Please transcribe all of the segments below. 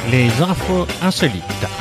Les infos insolites.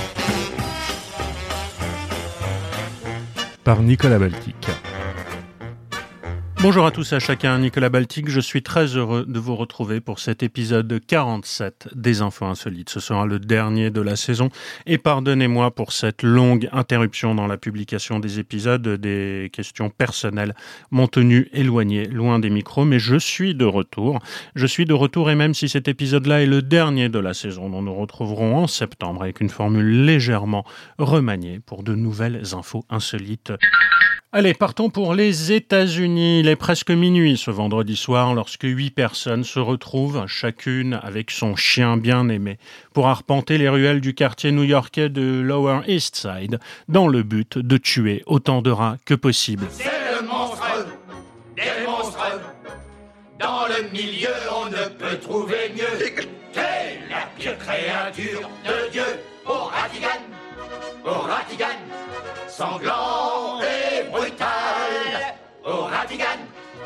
Par Nicolas Baltic. Bonjour à tous et à chacun, Nicolas Baltic, je suis très heureux de vous retrouver pour cet épisode 47 des infos insolites. Ce sera le dernier de la saison et pardonnez-moi pour cette longue interruption dans la publication des épisodes. Des questions personnelles m'ont tenu éloigné, loin des micros, mais je suis de retour. Je suis de retour et même si cet épisode-là est le dernier de la saison, dont nous retrouverons en septembre avec une formule légèrement remaniée pour de nouvelles infos insolites. Allez, partons pour les États-Unis. Il est presque minuit ce vendredi soir lorsque 8 personnes se retrouvent, chacune avec son chien bien-aimé, pour arpenter les ruelles du quartier new-yorkais de Lower East Side, dans le but de tuer autant de rats que possible. C'est le monstre des monstres. Dans le milieu, on ne peut trouver mieux. Quelle la pire créature de Dieu. Au Ratigan, sanglant et brutal. Au Ratigan,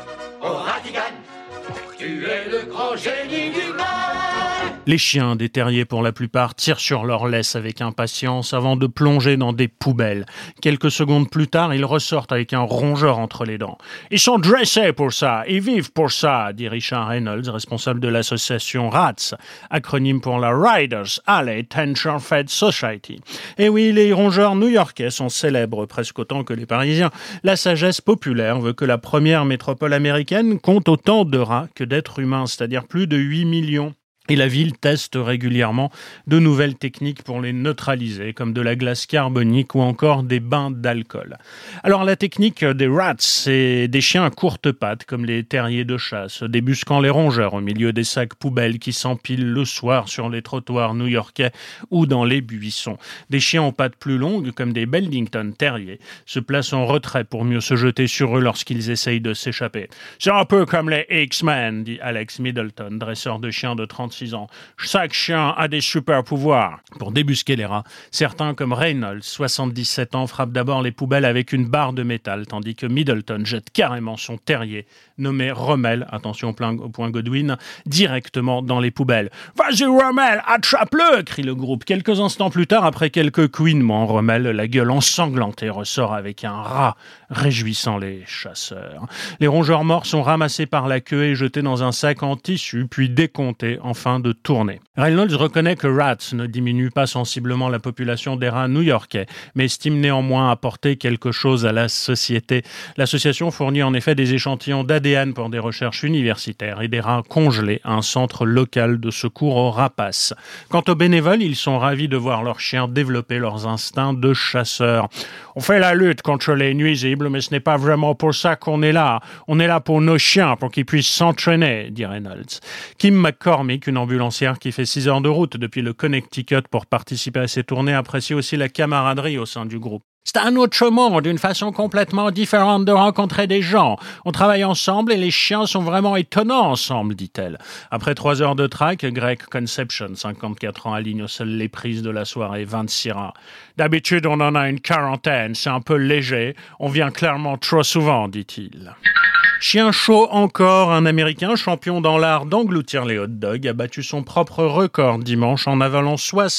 tu es le grand génie du mal. Les chiens, des terriers pour la plupart, tirent sur leur laisse avec impatience avant de plonger dans des poubelles. Quelques secondes plus tard, ils ressortent avec un rongeur entre les dents. « Ils sont dressés pour ça, ils vivent pour ça », dit Richard Reynolds, responsable de l'association RATS, acronyme pour la Riders Alley Attention Fed Society. Et oui, les rongeurs new-yorkais sont célèbres presque autant que les Parisiens. La sagesse populaire veut que la première métropole américaine compte autant de rats que d'êtres humains, c'est-à-dire plus de 8 millions. Et la ville teste régulièrement de nouvelles techniques pour les neutraliser, comme de la glace carbonique ou encore des bains d'alcool. Alors la technique des rats, c'est des chiens à courtes pattes, comme les terriers de chasse, débusquant les rongeurs au milieu des sacs poubelles qui s'empilent le soir sur les trottoirs new-yorkais ou dans les buissons. Des chiens aux pattes plus longues, comme des Beldington terriers, se placent en retrait pour mieux se jeter sur eux lorsqu'ils essayent de s'échapper. C'est un peu comme les X-Men, dit Alex Middleton, dresseur de chiens de 36 ans. Chaque chien a des super pouvoirs. Pour débusquer les rats, certains comme Reynolds, 77 ans, frappent d'abord les poubelles avec une barre de métal, tandis que Middleton jette carrément son terrier, nommé Rommel, attention au point Godwin, directement dans les poubelles. « Vas-y Rommel, attrape-le » crie le groupe. Quelques instants plus tard, après quelques couinements, Rommel, la gueule ensanglantée, ressort avec un rat, réjouissant les chasseurs. Les rongeurs morts sont ramassés par la queue et jetés dans un sac en tissu, puis décomptés en fin de tournée. Reynolds reconnaît que RATS ne diminue pas sensiblement la population des rats new-yorkais, mais estime néanmoins apporter quelque chose à la société. L'association fournit en effet des échantillons d'ADN pour des recherches universitaires et des rats congelés à un centre local de secours aux rapaces. Quant aux bénévoles, ils sont ravis de voir leurs chiens développer leurs instincts de chasseurs. On fait la lutte contre les nuisibles, mais ce n'est pas vraiment pour ça qu'on est là. On est là pour nos chiens, pour qu'ils puissent s'entraîner, dit Reynolds. Kim McCormick, une ambulancière qui fait 6 heures de route depuis le Connecticut pour participer à ces tournées, apprécie aussi la camaraderie au sein du groupe. C'est un autre monde, une façon complètement différente de rencontrer des gens. On travaille ensemble et les chiens sont vraiment étonnants ensemble, dit-elle. Après 3 heures de track, Greg Conception, 54 ans, aligne au seul les prises de la soirée, 26 rats. D'habitude, on en a une quarantaine, c'est un peu léger. On vient clairement trop souvent, dit-il. Chien chaud encore, un Américain champion dans l'art d'engloutir les hot dogs a battu son propre record dimanche en avalant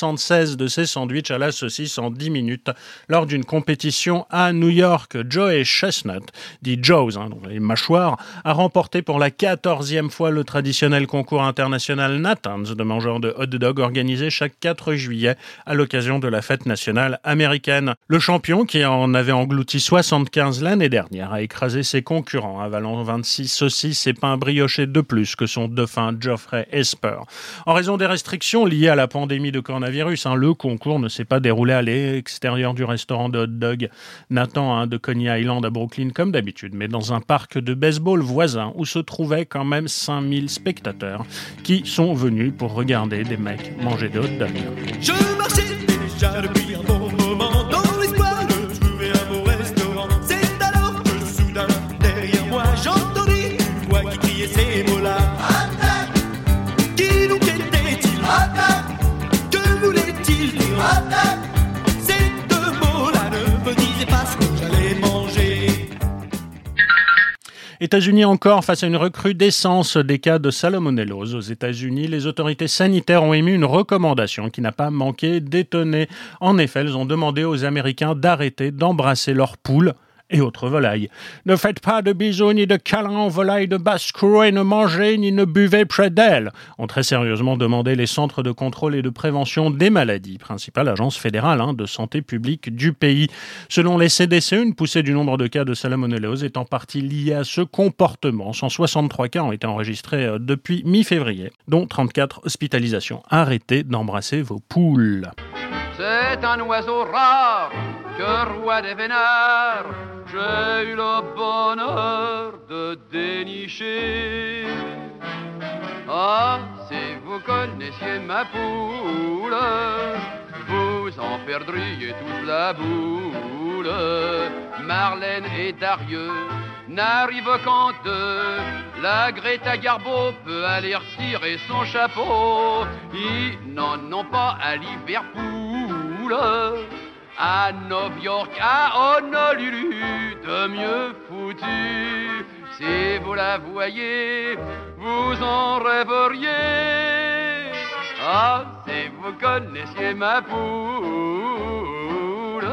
76 de ses sandwichs à la saucisse en 10 minutes lors d'une compétition à New York. Joey Chestnut, dit Joe's, donc les mâchoires, a remporté pour la 14e fois le traditionnel concours international Nathan's de mangeurs de hot dogs organisé chaque 4 juillet à l'occasion de la fête nationale américaine. Le champion, qui en avait englouti 75 l'année dernière, a écrasé ses concurrents, avalant 26 saucisses et pains briochés de plus que son dauphin Geoffrey Esper. En raison des restrictions liées à la pandémie de coronavirus, le concours ne s'est pas déroulé à l'extérieur du restaurant de hot dog Nathan de Coney Island à Brooklyn comme d'habitude, mais dans un parc de baseball voisin où se trouvaient quand même 5000 spectateurs qui sont venus pour regarder des mecs manger des hot dogs. Je marchais déjà depuis un bon moment dans l'espoir de trouver un beau restaurant. C'est alors que soudain, derrière moi, j'entendis une voix qui criait ces mots-là. Qui donc était-il? Que voulait-il dire? Ces 2 mots-là ne me disaient pas ce que j'allais manger. États-Unis encore, face à une recrudescence des cas de salmonellose aux États-Unis, les autorités sanitaires ont émis une recommandation qui n'a pas manqué d'étonner. En effet, elles ont demandé aux Américains d'arrêter d'embrasser leurs poules et autres volailles. Ne faites pas de bisous ni de câlins aux volailles de basse-cour et ne mangez ni ne buvez près d'elles, ont très sérieusement demandé les centres de contrôle et de prévention des maladies, principale agence fédérale de santé publique du pays. Selon les CDC, une poussée du nombre de cas de salmonellose est en partie liée à ce comportement. 163 cas ont été enregistrés depuis mi-février, dont 34 hospitalisations. Arrêtez d'embrasser vos poules. C'est un oiseau rare, que roi des vénards, j'ai eu le bonheur de dénicher. Ah, si vous connaissiez ma poule, vous en perdriez toute la boule. Marlène et Darieux n'arrivent qu'en deux. La Greta Garbo peut aller retirer son chapeau. Ils n'en ont pas à Liverpool, à New York, à Honolulu, de mieux foutu. Si vous la voyez, vous en rêveriez. Ah, si vous connaissiez ma poule.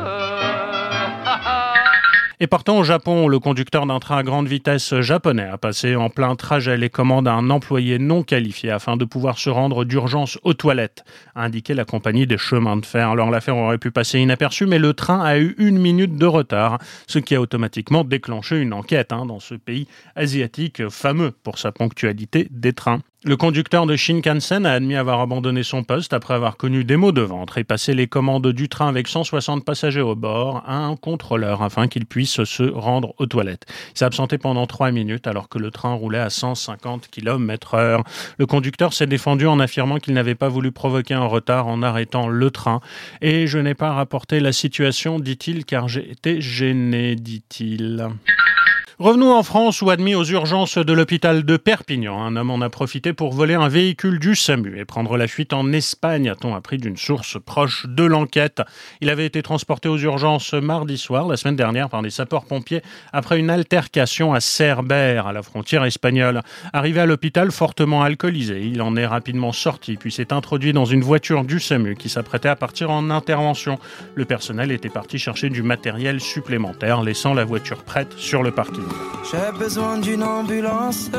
Et partant au Japon, le conducteur d'un train à grande vitesse japonais a passé en plein trajet les commandes à un employé non qualifié afin de pouvoir se rendre d'urgence aux toilettes, a indiqué la compagnie des chemins de fer. Alors l'affaire aurait pu passer inaperçue, mais le train a eu 1 minute de retard, ce qui a automatiquement déclenché une enquête dans ce pays asiatique fameux pour sa ponctualité des trains. Le conducteur de Shinkansen a admis avoir abandonné son poste après avoir connu des maux de ventre et passé les commandes du train avec 160 passagers au bord à un contrôleur afin qu'il puisse se rendre aux toilettes. Il s'est absenté pendant 3 minutes alors que le train roulait à 150 km/h. Le conducteur s'est défendu en affirmant qu'il n'avait pas voulu provoquer un retard en arrêtant le train. Et je n'ai pas rapporté la situation, dit-il, car j'ai été gêné, dit-il. Revenons en France où, admis aux urgences de l'hôpital de Perpignan, un homme en a profité pour voler un véhicule du SAMU et prendre la fuite en Espagne, a-t-on appris d'une source proche de l'enquête. Il avait été transporté aux urgences mardi soir, la semaine dernière, par des sapeurs-pompiers après une altercation à Cerbère, à la frontière espagnole. Arrivé à l'hôpital fortement alcoolisé, il en est rapidement sorti, puis s'est introduit dans une voiture du SAMU qui s'apprêtait à partir en intervention. Le personnel était parti chercher du matériel supplémentaire, laissant la voiture prête sur le parking. J'ai besoin d'une ambulance,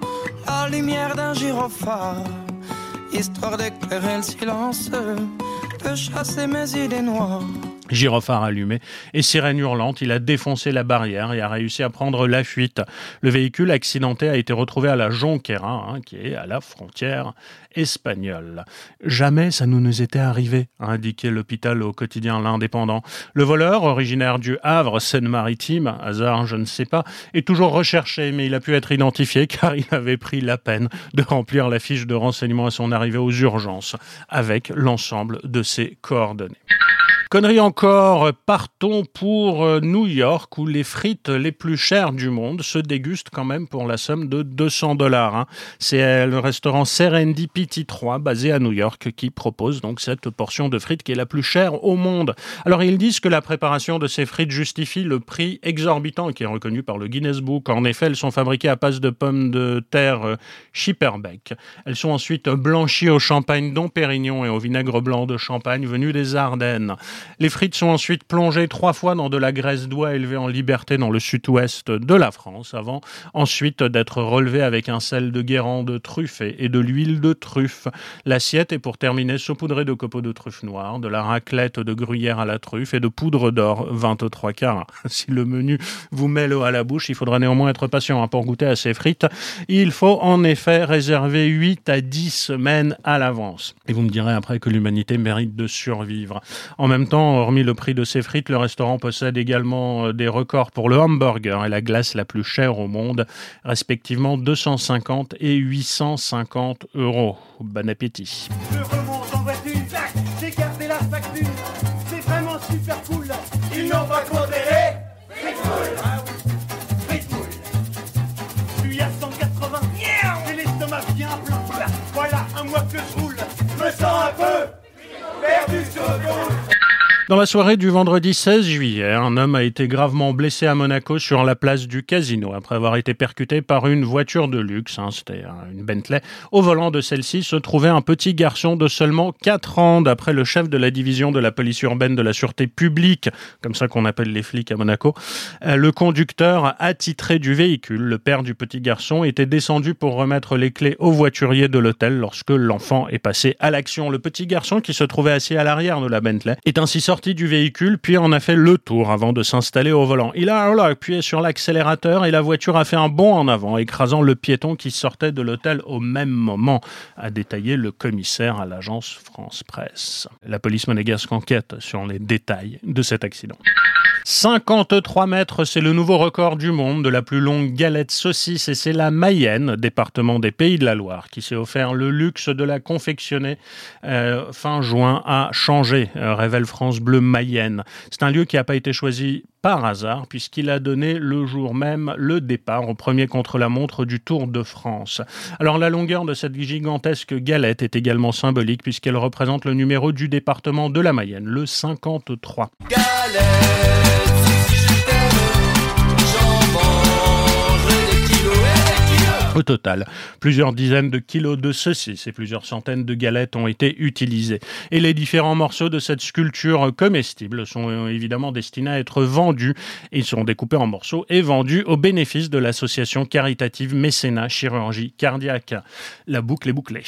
la lumière d'un gyrophare, histoire d'éclairer le silence, de chasser mes idées noires. Gyrophare allumé et sirène hurlante, il a défoncé la barrière et a réussi à prendre la fuite. Le véhicule accidenté a été retrouvé à la Jonquera, qui est à la frontière espagnole. Jamais ça ne nous était arrivé, a indiqué l'hôpital au quotidien L'Indépendant. Le voleur, originaire du Havre, Seine-Maritime, hasard je ne sais pas, est toujours recherché, mais il a pu être identifié car il avait pris la peine de remplir la fiche de renseignement à son arrivée aux urgences avec l'ensemble de ses coordonnées. Connerie encore, partons pour New York où les frites les plus chères du monde se dégustent quand même pour la somme de $200. C'est le restaurant Serendipity 3 basé à New York qui propose donc cette portion de frites qui est la plus chère au monde. Alors ils disent que la préparation de ces frites justifie le prix exorbitant qui est reconnu par le Guinness Book. En effet, elles sont fabriquées à base de pommes de terre Schipperbeck. Elles sont ensuite blanchies au champagne Dom Pérignon et au vinaigre blanc de Champagne venu des Ardennes. Les frites sont ensuite plongées 3 fois dans de la graisse d'oie élevée en liberté dans le sud-ouest de la France, avant ensuite d'être relevées avec un sel de Guérande truffé et de l'huile de truffe. L'assiette est pour terminer saupoudrée de copeaux de truffe noire, de la raclette de gruyère à la truffe et de poudre d'or 23 carats. Si le menu vous met l'eau à la bouche, il faudra néanmoins être patient pour goûter à ces frites. Il faut en effet réserver 8 à 10 semaines à l'avance. Et vous me direz après que l'humanité mérite de survivre. En même temps, hormis le prix de ces frites, le restaurant possède également des records pour le hamburger et la glace la plus chère au monde, respectivement 250 et 850 €. Bon appétit. Je remonte en voiture, j'ai gardé la facture, c'est vraiment super cool. Ils n'ont pas compté les fritouilles. Je suis à 180, j'ai l'estomac bien plein. Voilà un mois que je roule, je me sens un peu perdu sur le route. Dans la soirée du vendredi 16 juillet, un homme a été gravement blessé à Monaco sur la place du Casino après avoir été percuté par une voiture de luxe, c'était une Bentley. Au volant de celle-ci se trouvait un petit garçon de seulement 4 ans, d'après le chef de la division de la police urbaine de la sûreté publique, comme ça qu'on appelle les flics à Monaco. Le conducteur attitré du véhicule, le père du petit garçon, était descendu pour remettre les clés au voiturier de l'hôtel lorsque l'enfant est passé à l'action. Le petit garçon, qui se trouvait assis à l'arrière de la Bentley, est ainsi sorti du véhicule, puis en a fait le tour avant de s'installer au volant. Il a appuyé sur l'accélérateur et la voiture a fait un bond en avant, écrasant le piéton qui sortait de l'hôtel au même moment, a détaillé le commissaire à l'agence France Presse. La police monégasque enquête sur les détails de cet accident. 53 mètres, c'est le nouveau record du monde de la plus longue galette saucisse et c'est la Mayenne, département des Pays de la Loire, qui s'est offert le luxe de la confectionner fin juin à Changé, révèle France Bleu Mayenne. C'est un lieu qui n'a pas été choisi par hasard puisqu'il a donné le jour même le départ au premier contre-la-montre du Tour de France. Alors la longueur de cette gigantesque galette est également symbolique puisqu'elle représente le numéro du département de la Mayenne, le 53. Au total, plusieurs dizaines de kilos de saucisses et plusieurs centaines de galettes ont été utilisées. Et les différents morceaux de cette sculpture comestible sont évidemment destinés à être vendus. Ils sont découpés en morceaux et vendus au bénéfice de l'association caritative Mécénat Chirurgie Cardiaque. La boucle est bouclée.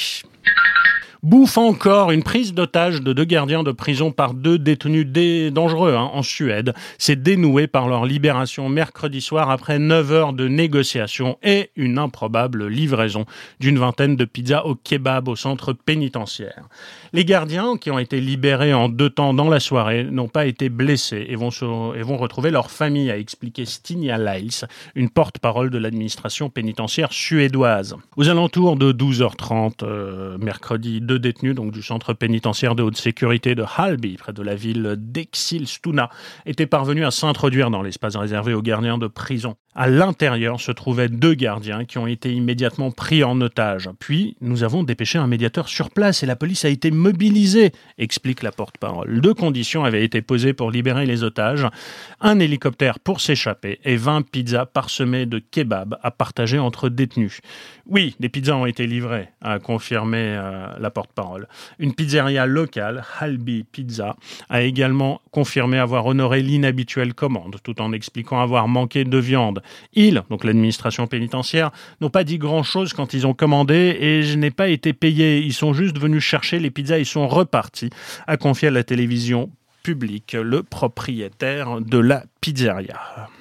Bouffe encore, une prise d'otage de 2 gardiens de prison par 2 détenus dangereux en Suède. C'est dénoué par leur libération mercredi soir après 9 heures de négociations et une improbable livraison d'une vingtaine de pizzas au kebab au centre pénitentiaire. Les gardiens, qui ont été libérés en 2 temps dans la soirée, n'ont pas été blessés et vont retrouver leur famille, a expliqué Stina Lyles, une porte-parole de l'administration pénitentiaire suédoise. Aux alentours de 12h30, mercredi, 2 détenus donc du centre pénitentiaire de haute sécurité de Halby, près de la ville d'Exilstuna, étaient parvenus à s'introduire dans l'espace réservé aux gardiens de prison. À l'intérieur se trouvaient 2 gardiens qui ont été immédiatement pris en otage. Puis, nous avons dépêché un médiateur sur place et la police a été mobilisée, explique la porte-parole. 2 conditions avaient été posées pour libérer les otages. Un hélicoptère pour s'échapper et 20 pizzas parsemées de kebabs à partager entre détenus. Oui, des pizzas ont été livrées, a confirmé la porte-parole. Une pizzeria locale, Halby Pizza, a également confirmé avoir honoré l'inhabituelle commande, tout en expliquant avoir manqué de viande. Ils, donc l'administration pénitentiaire, n'ont pas dit grand-chose quand ils ont commandé et je n'ai pas été payé. Ils sont juste venus chercher les pizzas, ils sont repartis, a confié à la télévision publique le propriétaire de la pizzeria.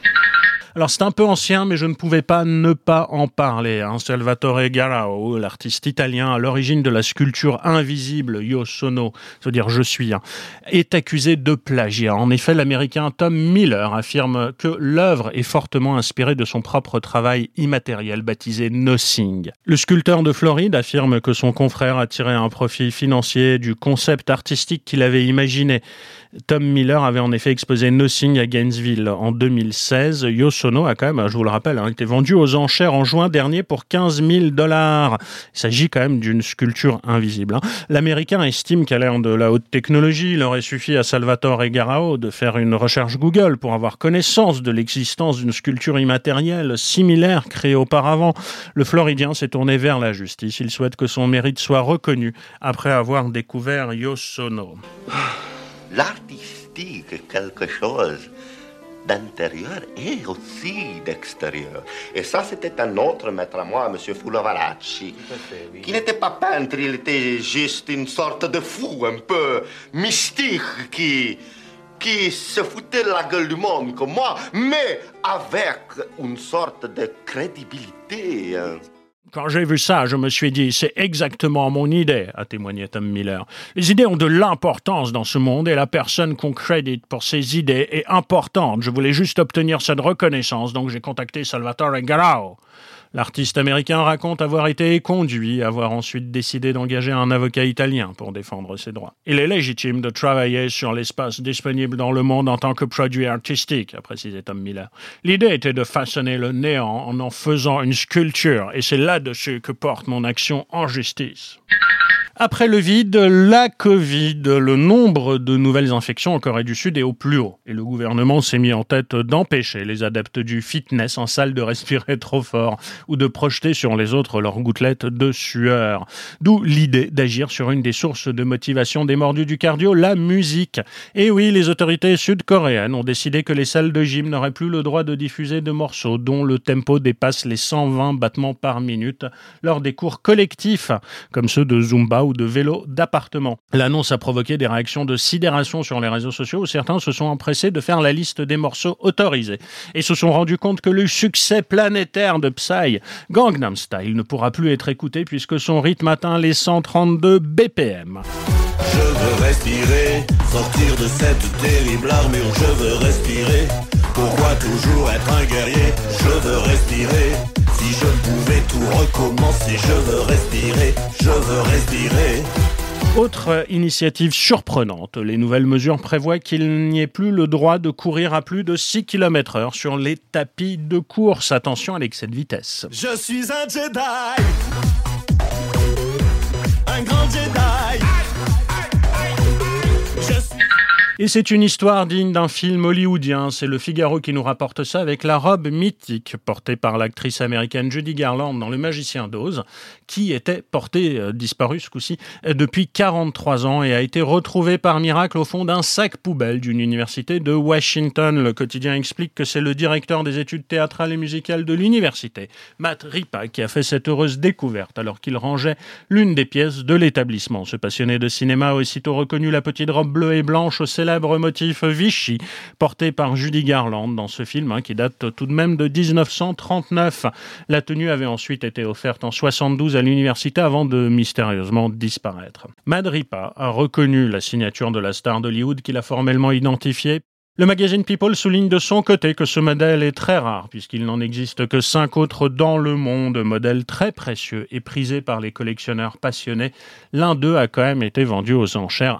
Alors c'est un peu ancien, mais je ne pouvais pas ne pas en parler. Salvatore Garau, l'artiste italien à l'origine de la sculpture invisible Io Sono, c'est-à-dire je suis, est accusé de plagiat. En effet, l'américain Tom Miller affirme que l'œuvre est fortement inspirée de son propre travail immatériel baptisé Nothing. Le sculpteur de Floride affirme que son confrère a tiré un profit financier du concept artistique qu'il avait imaginé. Tom Miller avait en effet exposé Nothing à Gainesville en 2016. Io Sono a quand même, je vous le rappelle, été vendu aux enchères en juin dernier pour $15 000. Il s'agit quand même d'une sculpture invisible. L'Américain estime qu'à l'ère de la haute technologie, il aurait suffi à Salvatore Garau de faire une recherche Google pour avoir connaissance de l'existence d'une sculpture immatérielle similaire créée auparavant. Le Floridien s'est tourné vers la justice. Il souhaite que son mérite soit reconnu après avoir découvert Io Sono. L'artistique est quelque chose d'intérieur et aussi d'extérieur. Et ça, c'était un autre maître à moi, M. Fulvaracci, oui, qui n'était pas peintre, il était juste une sorte de fou, un peu mystique, qui se foutait de la gueule du monde comme moi, mais avec une sorte de crédibilité. Quand j'ai vu ça, je me suis dit, c'est exactement mon idée, a témoigné Tom Miller. Les idées ont de l'importance dans ce monde et la personne qu'on crédite pour ses idées est importante. Je voulais juste obtenir cette reconnaissance, donc j'ai contacté Salvatore Garau. L'artiste américain raconte avoir été éconduit, avoir ensuite décidé d'engager un avocat italien pour défendre ses droits. Il est légitime de travailler sur l'espace disponible dans le monde en tant que produit artistique, a précisé Tom Miller. L'idée était de façonner le néant en faisant une sculpture, et c'est là-dessus que porte mon action en justice. Après le vide, la Covid, le nombre de nouvelles infections en Corée du Sud est au plus haut. Et le gouvernement s'est mis en tête d'empêcher les adeptes du fitness en salle de respirer trop fort ou de projeter sur les autres leurs gouttelettes de sueur. D'où l'idée d'agir sur une des sources de motivation des mordus du cardio, la musique. Et oui, les autorités sud-coréennes ont décidé que les salles de gym n'auraient plus le droit de diffuser de morceaux dont le tempo dépasse les 120 battements par minute lors des cours collectifs, comme ceux de Zumba ou de vélo d'appartement. L'annonce a provoqué des réactions de sidération sur les réseaux sociaux où certains se sont empressés de faire la liste des morceaux autorisés et se sont rendus compte que le succès planétaire de Psy, Gangnam Style, ne pourra plus être écouté puisque son rythme atteint les 132 BPM. Je veux respirer, sortir de cette terrible armure. Je veux respirer, pourquoi toujours être un guerrier? Je veux respirer, si je pouvais tout recommencer. Je veux respirer, je veux respirer. Autre initiative surprenante, les nouvelles mesures prévoient qu'il n'y ait plus le droit de courir à plus de 6 km/h sur les tapis de course. Attention à l'excès de vitesse. Je suis un Jedi, un grand Jedi. Et c'est une histoire digne d'un film hollywoodien. C'est le Figaro qui nous rapporte ça avec la robe mythique portée par l'actrice américaine Judy Garland dans Le Magicien d'Oz, qui était portée, disparue ce coup-ci, depuis 43 ans et a été retrouvée par miracle au fond d'un sac poubelle d'une université de Washington. Le quotidien explique que c'est le directeur des études théâtrales et musicales de l'université, Matt Ripa, qui a fait cette heureuse découverte alors qu'il rangeait l'une des pièces de l'établissement. Ce passionné de cinéma a aussitôt reconnu la petite robe bleue et blanche au célèbre motif Vichy, porté par Judy Garland dans ce film qui date tout de même de 1939. La tenue avait ensuite été offerte en 1972 à l'université avant de mystérieusement disparaître. Matt Ripa a reconnu la signature de la star d'Hollywood qu'il a formellement identifiée. Le magazine People souligne de son côté que ce modèle est très rare puisqu'il n'en existe que 5 autres dans le monde, modèles très précieux et prisés par les collectionneurs passionnés. L'un d'eux a quand même été vendu aux enchères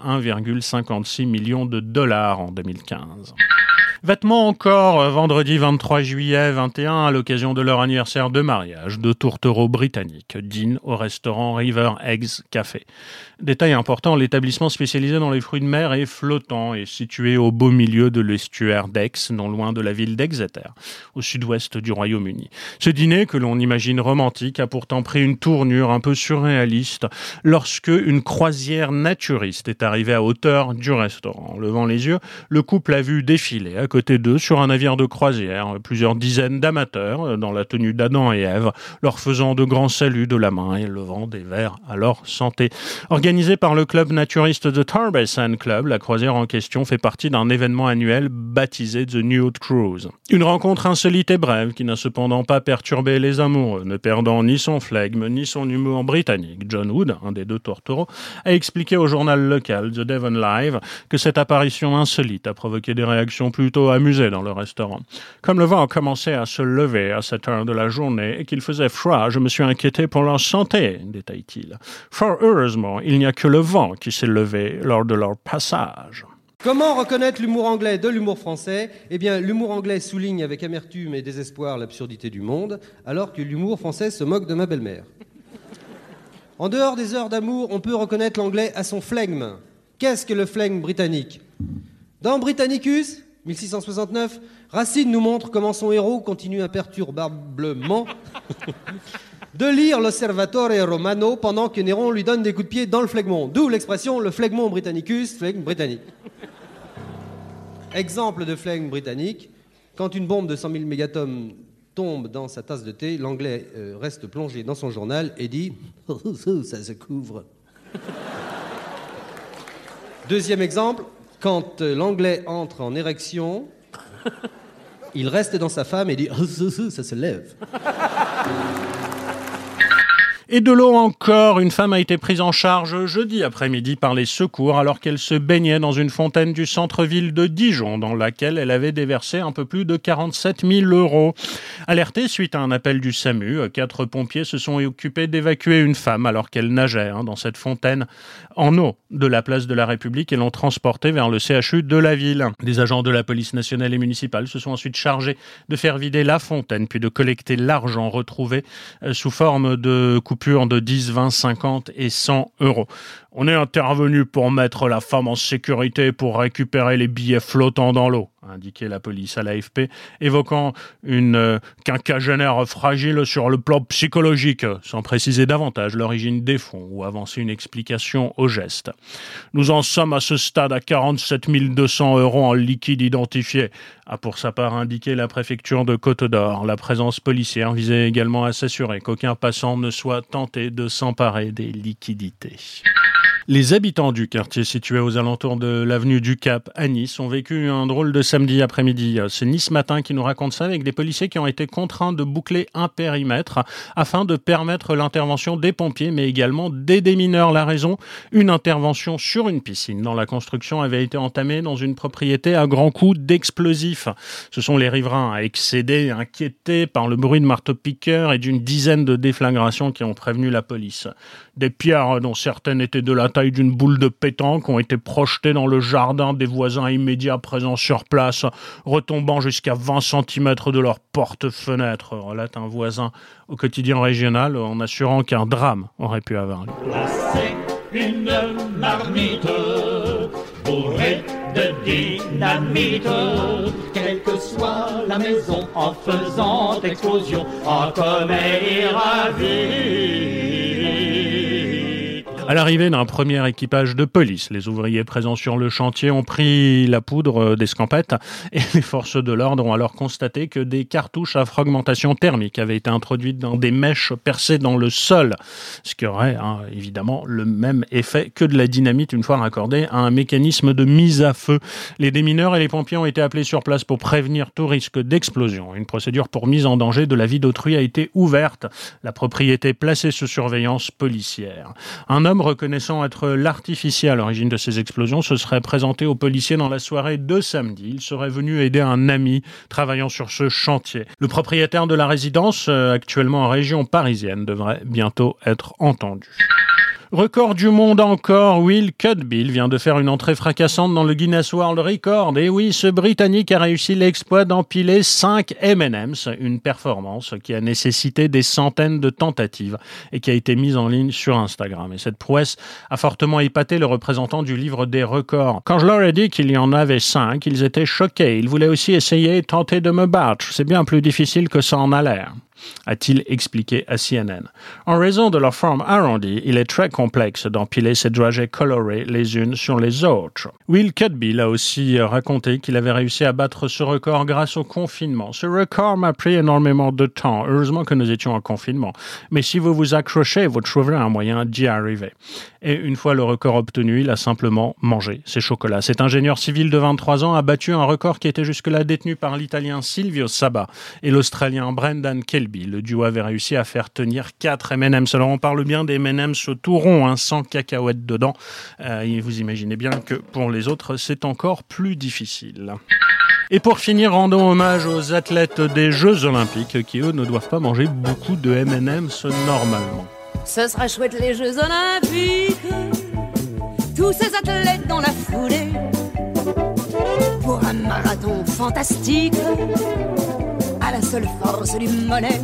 1,56 million de dollars en 2015. Vêtements encore, vendredi 23 juillet 21, à l'occasion de leur anniversaire de mariage, 2 tourtereaux britanniques dînent au restaurant River Eggs Café. Détail important, l'établissement spécialisé dans les fruits de mer est flottant et situé au beau milieu de l'estuaire d'Aix, non loin de la ville d'Exeter, au sud-ouest du Royaume-Uni. Ce dîner, que l'on imagine romantique, a pourtant pris une tournure un peu surréaliste lorsque une croisière naturiste est arrivée à hauteur du restaurant. Levant les yeux, le couple a vu défiler à côté d'eux sur un navire de croisière plusieurs dizaines d'amateurs dans la tenue d'Adam et Ève, leur faisant de grands saluts de la main et levant des verres à leur santé. Organisée par le club naturiste The Tarbasan Club, la croisière en question fait partie d'un événement annuel baptisé The Nude Cruise. Une rencontre insolite et brève qui n'a cependant pas perturbé les amoureux, ne perdant ni son flegme ni son humour britannique. John Wood, un des 2 tourtereaux, a expliqué au journal local The Devon Live que cette apparition insolite a provoqué des réactions plutôt amusées dans le restaurant. Comme le vent a commencé à se lever à cette heure de la journée et qu'il faisait froid, je me suis inquiété pour leur santé, détaille-t-il. Fort heureusement, il n'y a que le vent qui s'est levé lors de leur passage. Comment reconnaître l'humour anglais de l'humour français ? Eh bien, l'humour anglais souligne avec amertume et désespoir l'absurdité du monde, alors que l'humour français se moque de ma belle-mère. En dehors des heures d'amour, on peut reconnaître l'anglais à son flegme. Qu'est-ce que le flegme britannique ? Dans Britannicus, 1669, Racine nous montre comment son héros continue imperturbablement de lire l'Osservatore Romano pendant que Néron lui donne des coups de pied dans le flegmon. D'où l'expression le flegmon Britannicus, flegme britannique. Exemple de flegme britannique, quand une bombe de 100 000 mégatomes tombe dans sa tasse de thé, l'anglais reste plongé dans son journal et dit « ça se couvre ». Deuxième exemple, quand l'anglais entre en érection, il reste dans sa femme et dit « ça se lève ». Et de l'eau encore, une femme a été prise en charge jeudi après-midi par les secours alors qu'elle se baignait dans une fontaine du centre-ville de Dijon dans laquelle elle avait déversé un peu plus de 47 000 €. Alertée suite à un appel du SAMU, 4 pompiers se sont occupés d'évacuer une femme alors qu'elle nageait dans cette fontaine en eau de la place de la République et l'ont transportée vers le CHU de la ville. Des agents de la police nationale et municipale se sont ensuite chargés de faire vider la fontaine puis de collecter l'argent retrouvé sous forme de coupures coupures de 10, 20, 50 et 100 euros. On est intervenu pour mettre la femme en sécurité pour récupérer les billets flottants dans l'eau, a indiqué la police à l'AFP, évoquant une quinquagénaire fragile sur le plan psychologique, sans préciser davantage l'origine des fonds ou avancer une explication au geste. Nous en sommes à ce stade à 47 200 euros en liquide identifié, a pour sa part indiqué la préfecture de Côte-d'Or. La présence policière visait également à s'assurer qu'aucun passant ne soit tenté de s'emparer des liquidités. Les habitants du quartier situé aux alentours de l'avenue du Cap à Nice ont vécu un drôle de samedi après-midi. C'est Nice Matin qui nous raconte ça avec des policiers qui ont été contraints de boucler un périmètre afin de permettre l'intervention des pompiers mais également des démineurs. La raison, une intervention sur une piscine dont la construction avait été entamée dans une propriété à grands coups d'explosifs. Ce sont les riverains excédés, inquiétés par le bruit de marteau-piqueurs et d'une dizaine de déflagrations qui ont prévenu la police. Des pierres dont certaines étaient de la taille d'une boule de pétanque ont été projetées dans le jardin des voisins immédiats présents sur place, retombant jusqu'à 20 cm de leur porte-fenêtre, relate un voisin au quotidien régional, en assurant qu'un drame aurait pu avoir lieu. Placez une marmite bourrée de dynamite, quelle que soit la maison, en faisant explosion, en commet ravie. À l'arrivée d'un premier équipage de police, les ouvriers présents sur le chantier ont pris la poudre d'escampette et les forces de l'ordre ont alors constaté que des cartouches à fragmentation thermique avaient été introduites dans des mèches percées dans le sol, ce qui aurait évidemment le même effet que de la dynamite une fois raccordée à un mécanisme de mise à feu. Les démineurs et les pompiers ont été appelés sur place pour prévenir tout risque d'explosion. Une procédure pour mise en danger de la vie d'autrui a été ouverte. La propriété placée sous surveillance policière. Un homme reconnaissant être l'artificier à l'origine de ces explosions se serait présenté aux policiers dans la soirée de samedi. Il serait venu aider un ami travaillant sur ce chantier. Le propriétaire de la résidence, actuellement en région parisienne, devrait bientôt être entendu. Record du monde encore, Will Cudbill vient de faire une entrée fracassante dans le Guinness World Record. Et oui, ce Britannique a réussi l'exploit d'empiler 5 M&M's, une performance qui a nécessité des centaines de tentatives et qui a été mise en ligne sur Instagram. Et cette prouesse a fortement épaté le représentant du livre des records. Quand je leur ai dit qu'il y en avait 5, ils étaient choqués. Ils voulaient aussi essayer et tenter de me battre. C'est bien plus difficile que ça en a l'air, a-t-il expliqué à CNN. En raison de leur forme arrondie, il est très complexe d'empiler ces dragées colorées les unes sur les autres. Will Cudbill a aussi raconté qu'il avait réussi à battre ce record grâce au confinement. Ce record m'a pris énormément de temps. Heureusement que nous étions en confinement. Mais si vous vous accrochez, vous trouverez un moyen d'y arriver. Et une fois le record obtenu, il a simplement mangé ses chocolats. Cet ingénieur civil de 23 ans a battu un record qui était jusque-là détenu par l'Italien Silvio Saba et l'Australien Brendan Kelby. Le duo avait réussi à faire tenir 4 M&M's. Alors on parle bien des M&M's tout ronds, sans cacahuètes dedans. Et vous imaginez bien que pour les autres, c'est encore plus difficile. Et pour finir, rendons hommage aux athlètes des Jeux Olympiques qui, eux, ne doivent pas manger beaucoup de M&M's normalement. Ce sera chouette les Jeux Olympiques, tous ces athlètes dans la foulée, pour un marathon fantastique, à la seule force du mollet.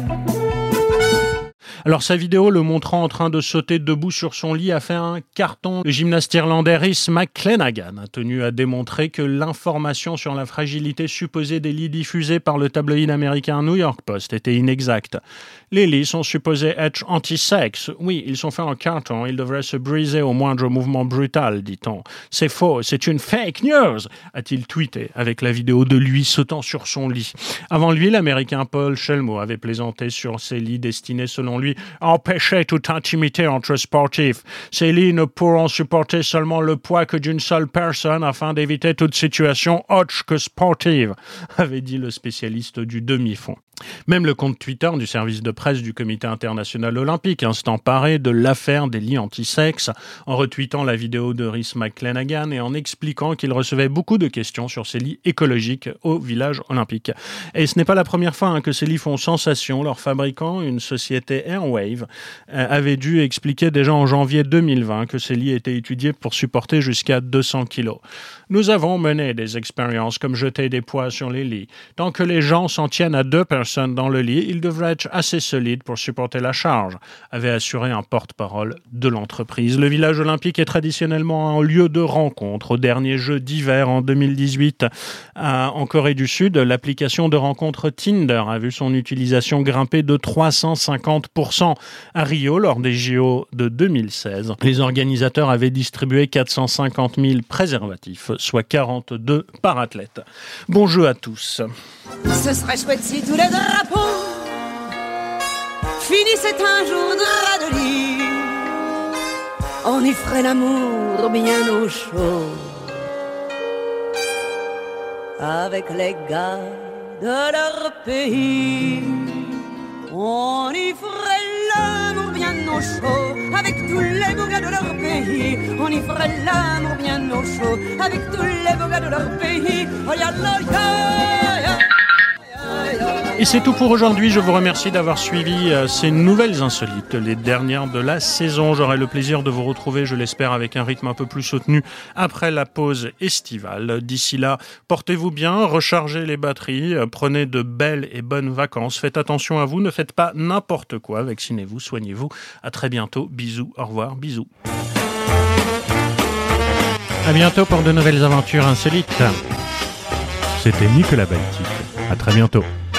Alors sa vidéo le montrant en train de sauter debout sur son lit a fait un carton. Le gymnaste irlandais Rhys McClenaghan a tenu à démontrer que l'information sur la fragilité supposée des lits diffusés par le tabloïd américain New York Post était inexacte. Les lits sont supposés être anti-sexe. Oui, ils sont faits en carton, ils devraient se briser au moindre mouvement brutal, dit-on. C'est faux, c'est une fake news, a-t-il tweeté avec la vidéo de lui sautant sur son lit. Avant lui, l'américain Paul Shelmo avait plaisanté sur ces lits destinés selon lui à empêcher toute intimité entre sportifs. Ces lits ne pourront supporter seulement le poids que d'une seule personne afin d'éviter toute situation autre que sportive, avait dit le spécialiste du demi-fond. Même le compte Twitter du service de presse du Comité international olympique s'est emparé de l'affaire des lits anti-sexe en retweetant la vidéo de Rhys McClenaghan et en expliquant qu'il recevait beaucoup de questions sur ces lits écologiques au village olympique. Et ce n'est pas la première fois que ces lits font sensation. Leur fabricant, une société Airwave, avait dû expliquer déjà en janvier 2020 que ces lits étaient étudiés pour supporter jusqu'à 200 kilos. Nous avons mené des expériences comme jeter des poids sur les lits. Tant que les gens s'en tiennent à 2 personnes dans le lit, il devrait être assez solide pour supporter la charge, avait assuré un porte-parole de l'entreprise. Le village olympique est traditionnellement un lieu de rencontre. Au dernier jeu d'hiver en 2018 en Corée du Sud, l'application de rencontre Tinder a vu son utilisation grimper de 350%. À Rio, lors des JO de 2016, les organisateurs avaient distribué 450 000 préservatifs, soit 42 par athlète. Bon jeu à tous. Ce serait chouette si tous les drapeaux finissaient un jour drap de lit. On y ferait l'amour bien au chaud avec les gars de leur pays. On y ferait l'amour bien au chaud avec tous les beaux gars de leur pays. On y ferait l'amour bien au chaud avec tous les beaux gars de leur pays. Oh, ya, la, ya, ya. Et c'est tout pour aujourd'hui. Je vous remercie d'avoir suivi ces nouvelles insolites, les dernières de la saison. J'aurai le plaisir de vous retrouver, je l'espère, avec un rythme un peu plus soutenu après la pause estivale. D'ici là, portez-vous bien, rechargez les batteries, prenez de belles et bonnes vacances. Faites attention à vous, ne faites pas n'importe quoi. Vaccinez-vous, soignez-vous. À très bientôt. Bisous, au revoir, bisous. À bientôt pour de nouvelles aventures insolites. C'était Nicolas Baltic. À très bientôt.